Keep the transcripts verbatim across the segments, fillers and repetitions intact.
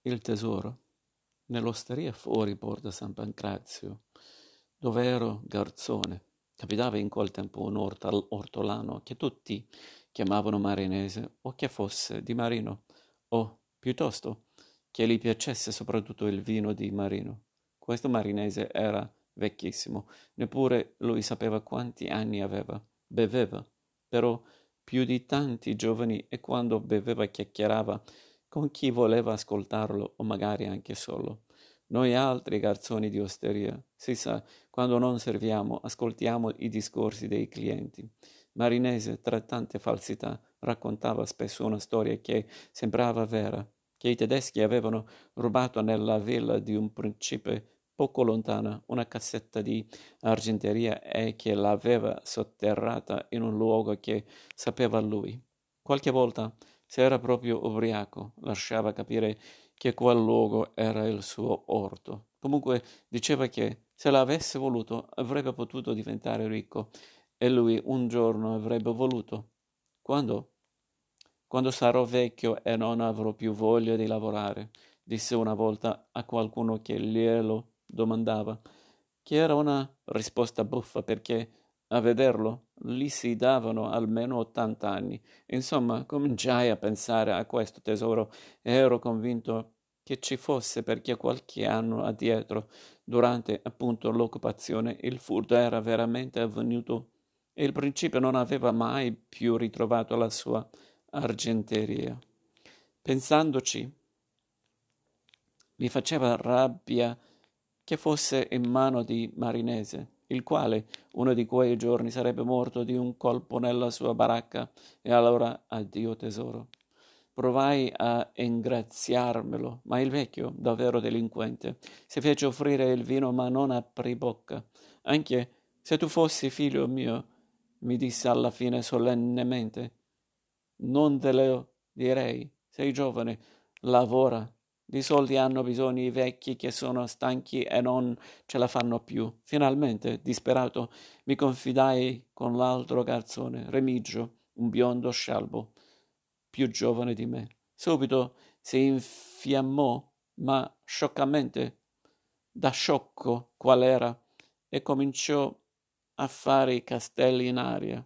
il tesoro nell'osteria fuori Porta San Pancrazio, dove ero garzone. Capitava in quel tempo un ortal- ortolano che tutti chiamavano marinese o che fosse di Marino, o piuttosto che gli piacesse soprattutto il vino di Marino. Questo marinese era vecchissimo, neppure lui sapeva quanti anni aveva. Beveva, però più di tanti giovani, e quando beveva chiacchierava con chi voleva ascoltarlo o magari anche solo. Noi altri garzoni di osteria, si sa, quando non serviamo, ascoltiamo i discorsi dei clienti. Marinese, tra tante falsità, raccontava spesso una storia che sembrava vera, che i tedeschi avevano rubato nella villa di un principe poco lontana una cassetta di argenteria e che l'aveva sotterrata in un luogo che sapeva lui. Qualche volta, se era proprio ubriaco, lasciava capire che quel luogo era il suo orto. Comunque diceva che se l'avesse voluto avrebbe potuto diventare ricco e lui un giorno avrebbe voluto. Quando? Quando sarò vecchio e non avrò più voglia di lavorare, disse una volta a qualcuno che glielo domandava, che era una risposta buffa perché a vederlo gli si davano almeno ottanta anni. Insomma, cominciai a pensare a questo tesoro e ero convinto che ci fosse perché qualche anno addietro, durante appunto l'occupazione, il furto era veramente avvenuto e il principe non aveva mai più ritrovato la sua argenteria. Pensandoci, mi faceva rabbia che fosse in mano di Marinese, il quale uno di quei giorni sarebbe morto di un colpo nella sua baracca, e allora addio tesoro. Provai a ingraziarmelo, ma il vecchio, davvero delinquente, si fece offrire il vino ma non aprì bocca. Anche se tu fossi figlio mio, mi disse alla fine solennemente, non te lo direi, sei giovane, lavora. Di soldi hanno bisogno i vecchi che sono stanchi e non ce la fanno più. Finalmente, disperato, mi confidai con l'altro garzone, Remigio, un biondo scialbo, più giovane di me. Subito si infiammò, ma scioccamente, da sciocco qual era, e cominciò a fare i castelli in aria.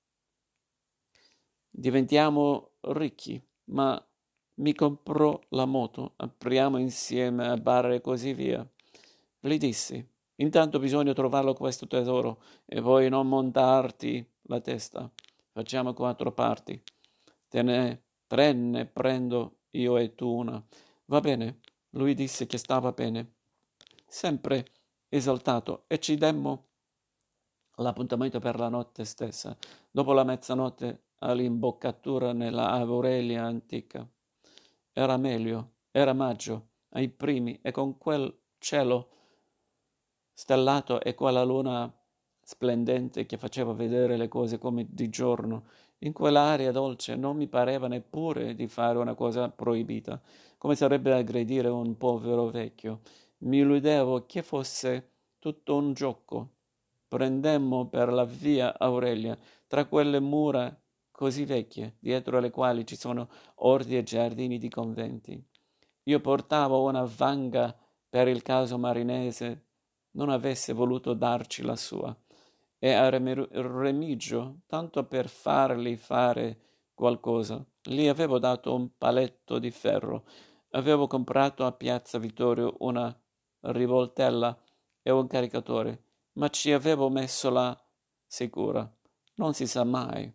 Diventiamo ricchi, ma mi comprò la moto, apriamo insieme a bar e così via. Gli dissi, intanto bisogna trovarlo questo tesoro e poi non montarti la testa. Facciamo quattro parti. Te ne tre ne prendo io e tu una. Va bene. Lui disse che stava bene, sempre esaltato, e ci demmo l'appuntamento per la notte stessa, dopo la mezzanotte all'imboccatura nella Aurelia antica. Era meglio, era maggio, ai primi, e con quel cielo stellato e quella luna splendente che faceva vedere le cose come di giorno, in quell'aria dolce non mi pareva neppure di fare una cosa proibita, come sarebbe aggredire un povero vecchio. Mi illudevo che fosse tutto un gioco. Prendemmo per la via Aurelia, tra quelle mura così vecchie, dietro le quali ci sono orti e giardini di conventi. Io portavo una vanga per il caso Marinese non avesse voluto darci la sua, e a Remigio, tanto per fargli fare qualcosa, gli avevo dato un paletto di ferro. Avevo comprato a Piazza Vittorio una rivoltella e un caricatore, ma ci avevo messo la sicura. Non si sa mai.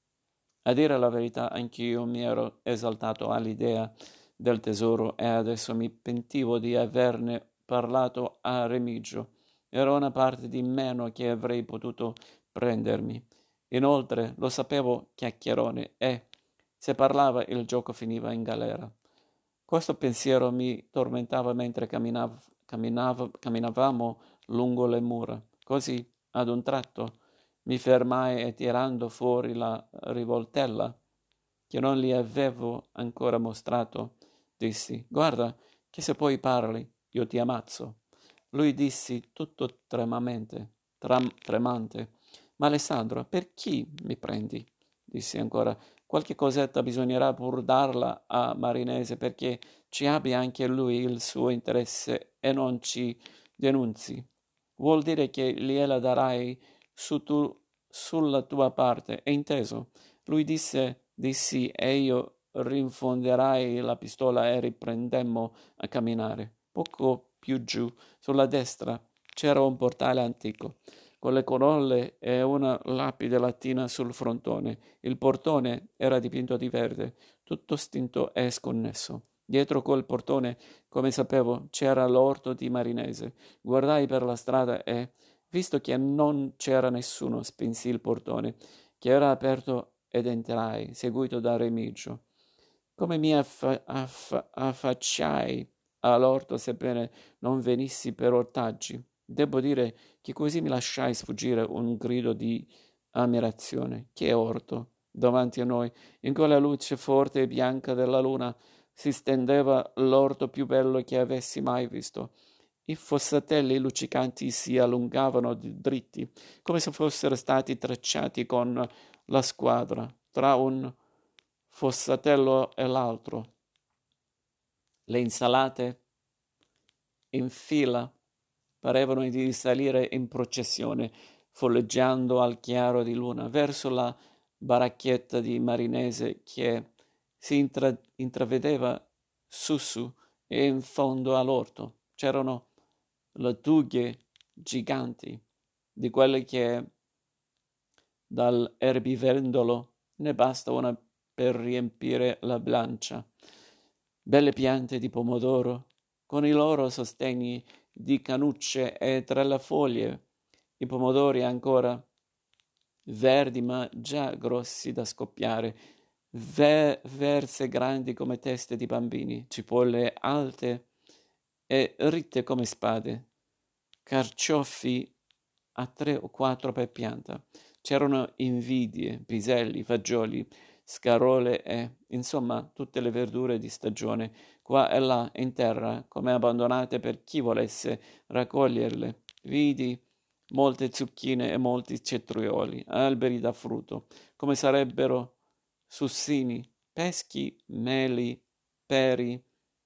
A dire la verità, anch'io mi ero esaltato all'idea del tesoro e adesso mi pentivo di averne parlato a Remigio. Era una parte di meno che avrei potuto prendermi. Inoltre lo sapevo chiacchierone e, se parlava, il gioco finiva in galera. Questo pensiero mi tormentava mentre camminav- camminav- camminavamo lungo le mura. Così, ad un tratto, mi fermai e tirando fuori la rivoltella, che non gli avevo ancora mostrato, dissi, guarda, che se poi parli, io ti ammazzo. Lui dissi tutto tremamente, tram- tremante, ma Alessandro, per chi mi prendi? Dissi ancora, qualche cosetta bisognerà pur darla a Marinese perché ci abbia anche lui il suo interesse e non ci denunzi. Vuol dire che gliela darai su tu, sulla tua parte, è inteso? Lui disse di sì e io rinfonderai la pistola e riprendemmo a camminare. Poco più giù, sulla destra, c'era un portale antico, con le colonne e una lapide latina sul frontone. Il portone era dipinto di verde, tutto stinto e sconnesso. Dietro quel portone, come sapevo, c'era l'orto di Marinese. Guardai per la strada e, visto che non c'era nessuno, spinsi il portone, che era aperto ed entrai, seguito da Remigio. Come mi affa- affa- affacciai all'orto sebbene non venissi per ortaggi. Devo dire che così mi lasciai sfuggire un grido di ammirazione. Che orto! Davanti a noi, in quella luce forte e bianca della luna, si stendeva l'orto più bello che avessi mai visto. I fossatelli luccicanti si allungavano dritti, come se fossero stati tracciati con la squadra, tra un fossatello e l'altro. Le insalate in fila parevano di salire in processione, folleggiando al chiaro di luna, verso la baracchietta di Marinese che si intra- intravedeva su su e in fondo all'orto. C'erano lattughe giganti, di quelle che dal erbivendolo ne basta una per riempire la bilancia. Belle piante di pomodoro, con i loro sostegni di canucce e tra le foglie, i pomodori ancora verdi ma già grossi da scoppiare, ve- verse grandi come teste di bambini, cipolle alte e ritte come spade, carciofi a tre o quattro per pianta. C'erano invidie, piselli, fagioli, scarole e, insomma, tutte le verdure di stagione, qua e là in terra, come abbandonate per chi volesse raccoglierle. Vidi molte zucchine e molti cetrioli, alberi da frutto, come sarebbero sussini, peschi, meli, peri.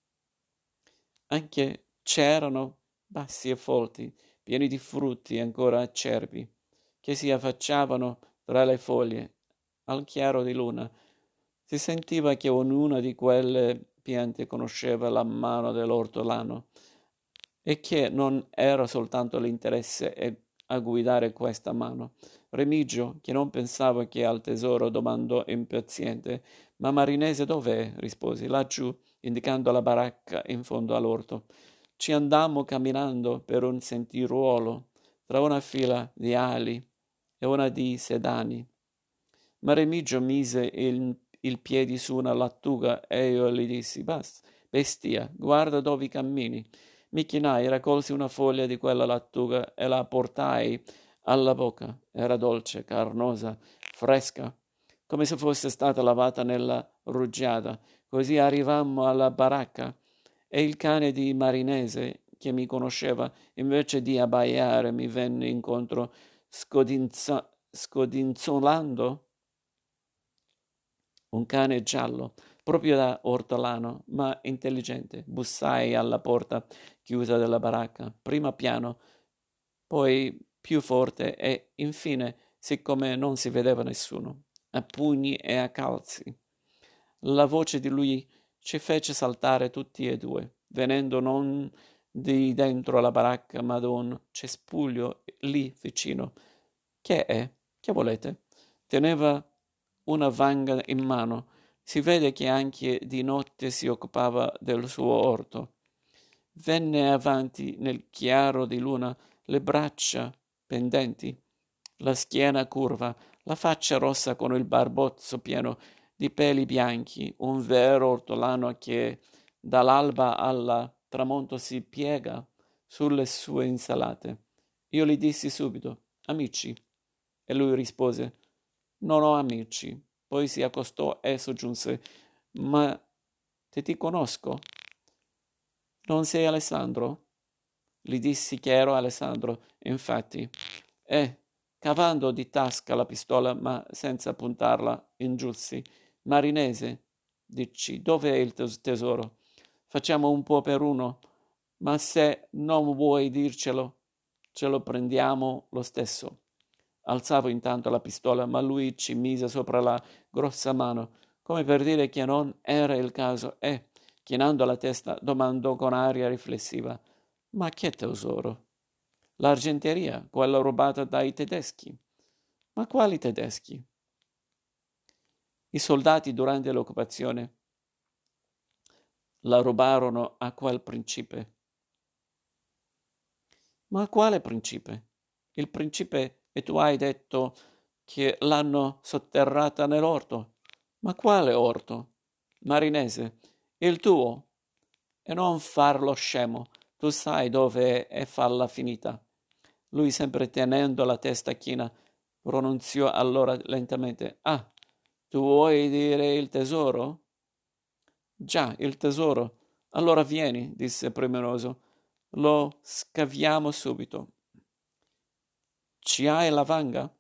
Anche c'erano bassi e folti, pieni di frutti ancora acerbi, che si affacciavano tra le foglie al chiaro di luna. Si sentiva che ognuna di quelle piante conosceva la mano dell'ortolano e che non era soltanto l'interesse a guidare questa mano. Remigio, che non pensava che al tesoro, domandò impaziente: ma Marinese dov'è? Risposi: laggiù, indicando la baracca in fondo all'orto. Ci andammo camminando per un sentiruolo tra una fila di ali e una di sedani. Ma Remigio mise il, il piede su una lattuga e io gli dissi: basta, bestia, guarda dove cammini. Mi chinai, raccolsi una foglia di quella lattuga e la portai alla bocca. Era dolce, carnosa, fresca, come se fosse stata lavata nella rugiada. Così arrivammo alla baracca e il cane di Marinese, che mi conosceva, invece di abbaiare, mi venne incontro scodinza- scodinzolando. Un cane giallo, proprio da ortolano, ma intelligente. Bussai alla porta chiusa della baracca, prima piano, poi più forte e, infine, siccome non si vedeva nessuno, a pugni e a calzi. La voce di lui ci fece saltare tutti e due, venendo non di dentro la baracca, ma da un cespuglio lì vicino. Che è? Che volete? Teneva una vanga in mano. Si vede che anche di notte si occupava del suo orto. Venne avanti nel chiaro di luna, le braccia pendenti, la schiena curva, la faccia rossa con il barbozzo pieno di peli bianchi, un vero ortolano che dall'alba al tramonto si piega sulle sue insalate. Io gli dissi subito: amici. E lui rispose: non ho amici. Poi si accostò e soggiunse: ma te ti conosco? Non sei Alessandro? Gli dissi che ero Alessandro, infatti. E, cavando di tasca la pistola, ma senza puntarla, ingiunsi: Marinese, dici, dov'è il tes- tesoro? Facciamo un po' per uno, ma se non vuoi dircelo, ce lo prendiamo lo stesso. Alzavo intanto la pistola, ma lui ci mise sopra la grossa mano, come per dire che non era il caso, e, chinando la testa, domandò con aria riflessiva: Ma che tesoro? L'argenteria, quella rubata dai tedeschi. Ma quali tedeschi? I soldati durante l'occupazione la rubarono a quel principe. Ma quale principe? Il principe, e tu hai detto che l'hanno sotterrata nell'orto. Ma quale orto? Marinese, il tuo. E non farlo scemo, tu sai dove è falla finita. Lui, sempre tenendo la testa china, pronunziò allora lentamente: Ah, tu vuoi dire il tesoro? Già, il tesoro. Allora vieni, disse premuroso. Lo scaviamo subito. Ci hai la vanga?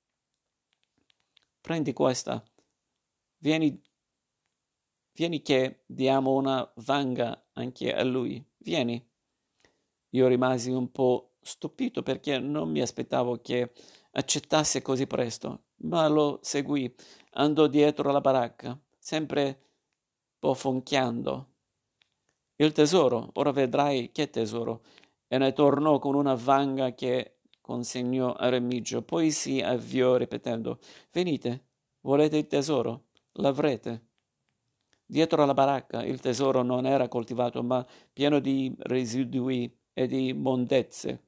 Prendi questa. Vieni, vieni che diamo una vanga anche a lui. Vieni. Io rimasi un po' stupito perché non mi aspettavo che accettasse così presto, ma lo seguì. Andò dietro la baracca, sempre bofonchiando. Il tesoro, ora vedrai che tesoro. E ne tornò con una vanga che consegnò a Remigio. Poi si avviò ripetendo: Venite, volete il tesoro? L'avrete. Dietro alla baracca il tesoro non era coltivato, ma pieno di residui e di mondezze.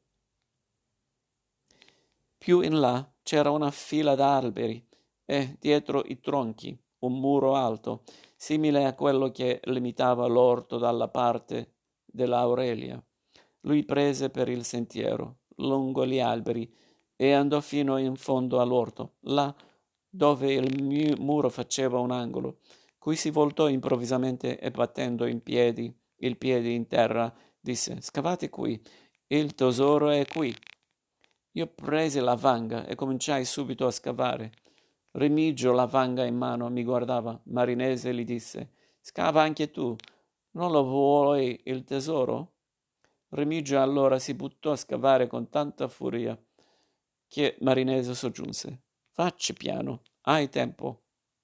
Più in là c'era una fila d'alberi e, dietro i tronchi, un muro alto, simile a quello che limitava l'orto dalla parte dell'Aurelia. Lui prese per il sentiero, lungo gli alberi, e andò fino in fondo all'orto, là dove il mu- muro faceva un angolo, cui si voltò improvvisamente e battendo in piedi, il piede in terra, disse: Scavate qui, il tesoro è qui. Io presi la vanga e cominciai subito a scavare. Remigio, la vanga in mano, mi guardava. Marinese gli disse: Scava anche tu. Non lo vuoi il tesoro? Remigio allora si buttò a scavare con tanta furia che Marinese soggiunse: Facci piano, hai tempo.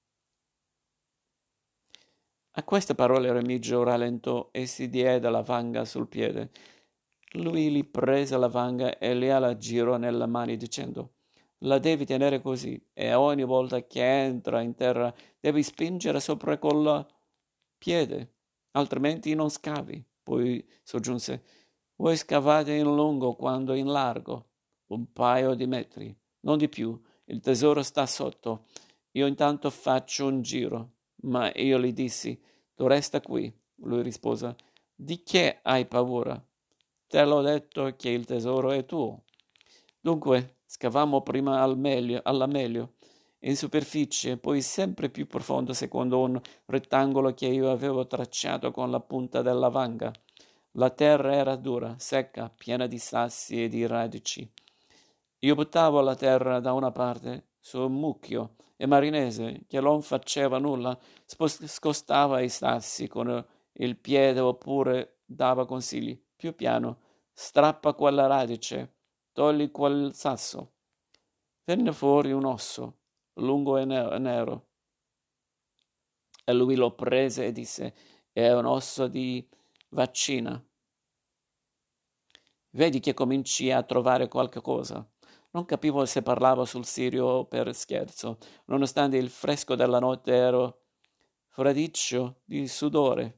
A queste parole Remigio rallentò e si diede la vanga sul piede. Lui li prese la vanga e la girò nelle mani dicendo: La devi tenere così e ogni volta che entra in terra devi spingere sopra col piede, altrimenti non scavi. Poi soggiunse: Voi scavate in lungo quando in largo, un paio di metri, non di più. Il tesoro sta sotto. Io intanto faccio un giro. Ma io gli dissi: Tu resta qui. Lui rispose: Di che hai paura? Te l'ho detto che il tesoro è tuo. Dunque, scavammo prima al meglio, alla meglio, in superficie, poi sempre più profondo secondo un rettangolo che io avevo tracciato con la punta della vanga. La terra era dura, secca, piena di sassi e di radici. Io buttavo la terra da una parte su un mucchio e Marinese, che non faceva nulla, spos- scostava i sassi con il piede oppure dava consigli. Più piano, strappa quella radice, togli quel sasso. Venne fuori un osso, lungo e ne- nero, e lui lo prese e disse: È un osso di vaccina. Vedi che cominci a trovare qualche cosa. Non capivo se parlavo sul serio o per scherzo, nonostante il fresco della notte ero fradiccio di sudore.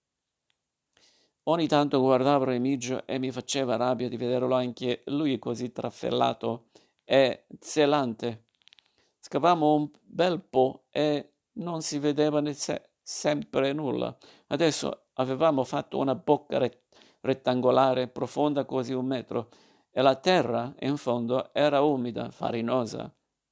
Ogni tanto guardavo Remigio e mi faceva rabbia di vederlo anche lui così trafellato e zelante. Scavammo un bel po' e non si vedeva ne se- sempre nulla. Adesso avevamo fatto una bocca ret- rettangolare profonda quasi un metro e la terra in fondo era umida, farinosa,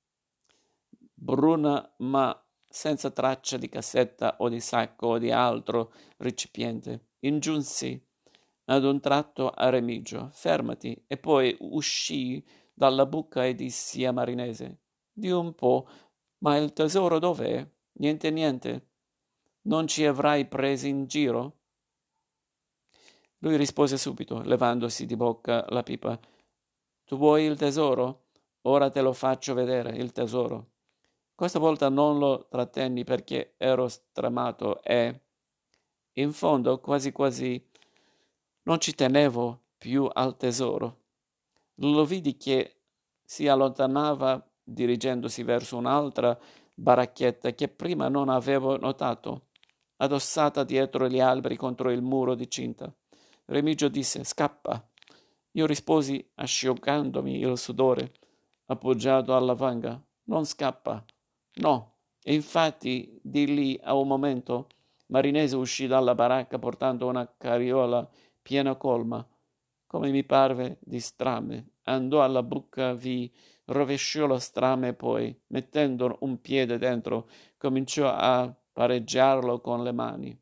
bruna ma senza traccia di cassetta o di sacco o di altro recipiente. Ingiunsi ad un tratto a Remigio: Fermati, e poi uscii dalla buca e dissi a Marinese: Di un po', ma il tesoro dov'è? Niente, niente. Non ci avrai presi in giro? Lui rispose subito, levandosi di bocca la pipa. Tu vuoi il tesoro? Ora te lo faccio vedere, il tesoro. Questa volta non lo trattenni perché ero stremato e, in fondo, quasi quasi non ci tenevo più al tesoro. Lo vidi che si allontanava dirigendosi verso un'altra baracchetta che prima non avevo notato, addossata dietro gli alberi contro il muro di cinta. Remigio disse: Scappa. Io risposi asciugandomi il sudore, appoggiato alla vanga: Non scappa. No. E infatti di lì a un momento Marinese uscì dalla baracca portando una carriola piena colma, come mi parve, di strame. Andò alla buca, vi rovesciò lo strame e poi, mettendo un piede dentro, cominciò a pareggiarlo con le mani.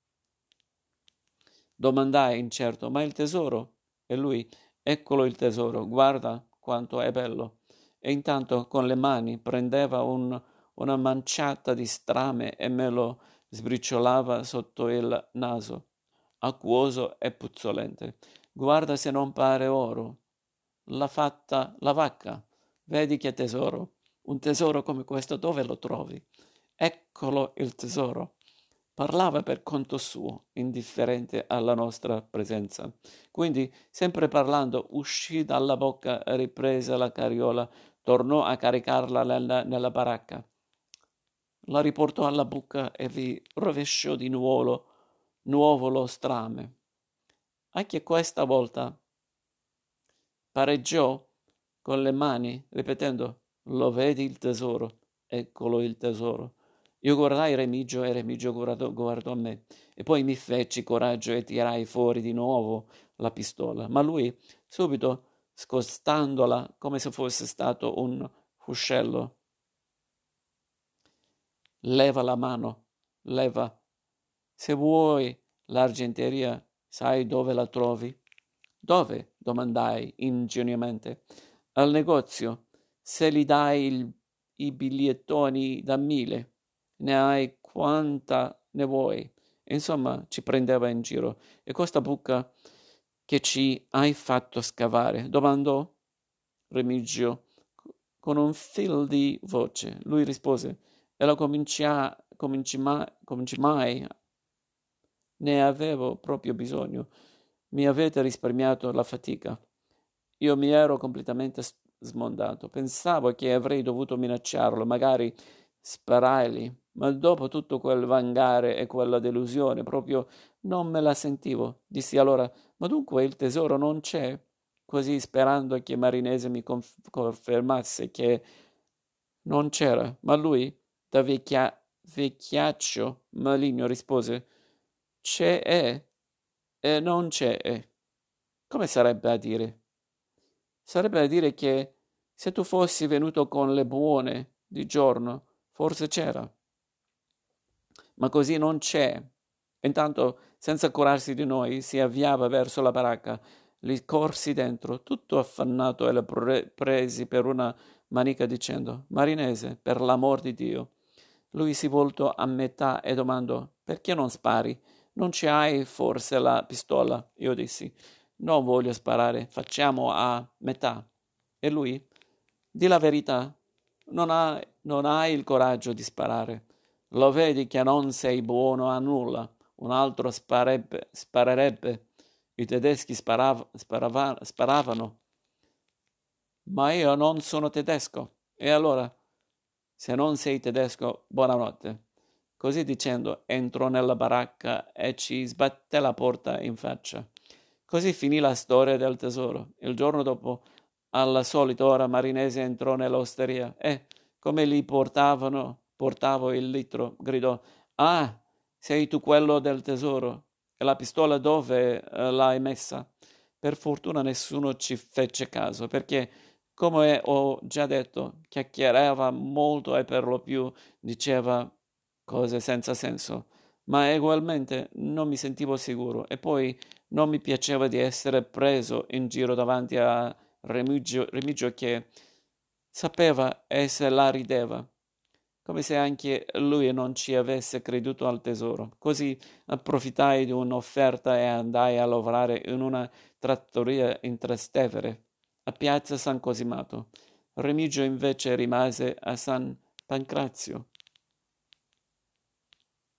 Domandai incerto: Ma il tesoro? E lui: Eccolo il tesoro, guarda quanto è bello. E intanto con le mani prendeva un, una manciata di strame e me lo sbriciolava sotto il naso, acquoso e puzzolente. Guarda se non pare oro. L'ha fatta la vacca. Vedi che tesoro? Un tesoro come questo dove lo trovi? Eccolo il tesoro. Parlava per conto suo, indifferente alla nostra presenza. Quindi, sempre parlando, uscì dalla bocca, riprese la carriola, tornò a caricarla nella, nella baracca. La riportò alla buca e vi rovesciò di nuovo, nuovo lo strame. Anche questa volta pareggiò con le mani, ripetendo: Lo vedi il tesoro? Eccolo il tesoro. Io guardai Remigio e Remigio guardò, guardò me, e poi mi feci coraggio e tirai fuori di nuovo la pistola, ma lui, subito scostandola come se fosse stato un fuscello: Leva la mano, leva. Se vuoi l'argenteria, sai dove la trovi? Dove? Domandai ingenuamente. Al negozio. Se gli dai il, i bigliettoni da mille, ne hai quanta ne vuoi. Insomma, ci prendeva in giro. E questa buca che ci hai fatto scavare? Domandò Remigio con un fil di voce. Lui rispose: E la comincia, cominci, mai, cominci mai? Ne avevo proprio bisogno. Mi avete risparmiato la fatica. Io mi ero completamente smontato. Pensavo che avrei dovuto minacciarlo, magari sparargli, ma dopo tutto quel vangare e quella delusione proprio non me la sentivo. Dissi allora: Ma dunque il tesoro non c'è? Così sperando che Marinese mi conf- confermasse che non c'era, ma lui, da vecchia- vecchiaccio maligno, rispose: C'è e, e non c'è e. Come sarebbe a dire? Sarebbe a dire che se tu fossi venuto con le buone di giorno, forse c'era, ma così non c'è. Intanto, senza curarsi di noi, si avviava verso la baracca. Li corsi dentro, tutto affannato, e le pre- presi per una manica dicendo: Marinese, per l'amor di Dio. Lui si voltò a metà e domandò: Perché non spari? Non ci hai forse la pistola? Io dissi: Non voglio sparare, facciamo a metà. E lui: Di la verità, non hai, non hai il coraggio di sparare. Lo vedi che non sei buono a nulla. Un altro sparebbe, sparerebbe. I tedeschi sparav- sparava- sparavano. Ma io non sono tedesco. E allora, se non sei tedesco, buonanotte. Così dicendo, entrò nella baracca e ci sbatté la porta in faccia. Così finì la storia del tesoro. Il giorno dopo, alla solita ora, Marinese entrò nell'osteria e, come gli portavano, portavo il litro, gridò: Ah, sei tu quello del tesoro? E la pistola dove eh, l'hai messa? Per fortuna nessuno ci fece caso, perché, come ho già detto, chiacchierava molto e per lo più diceva cose senza senso, ma ugualmente non mi sentivo sicuro e poi non mi piaceva di essere preso in giro davanti a Remigio, Remigio che sapeva e se la rideva. come se anche lui non ci avesse creduto al tesoro. Così approfittai di un'offerta e andai a lavorare in una trattoria in Trastevere, a piazza San Cosimato. Remigio invece rimase a San Pancrazio.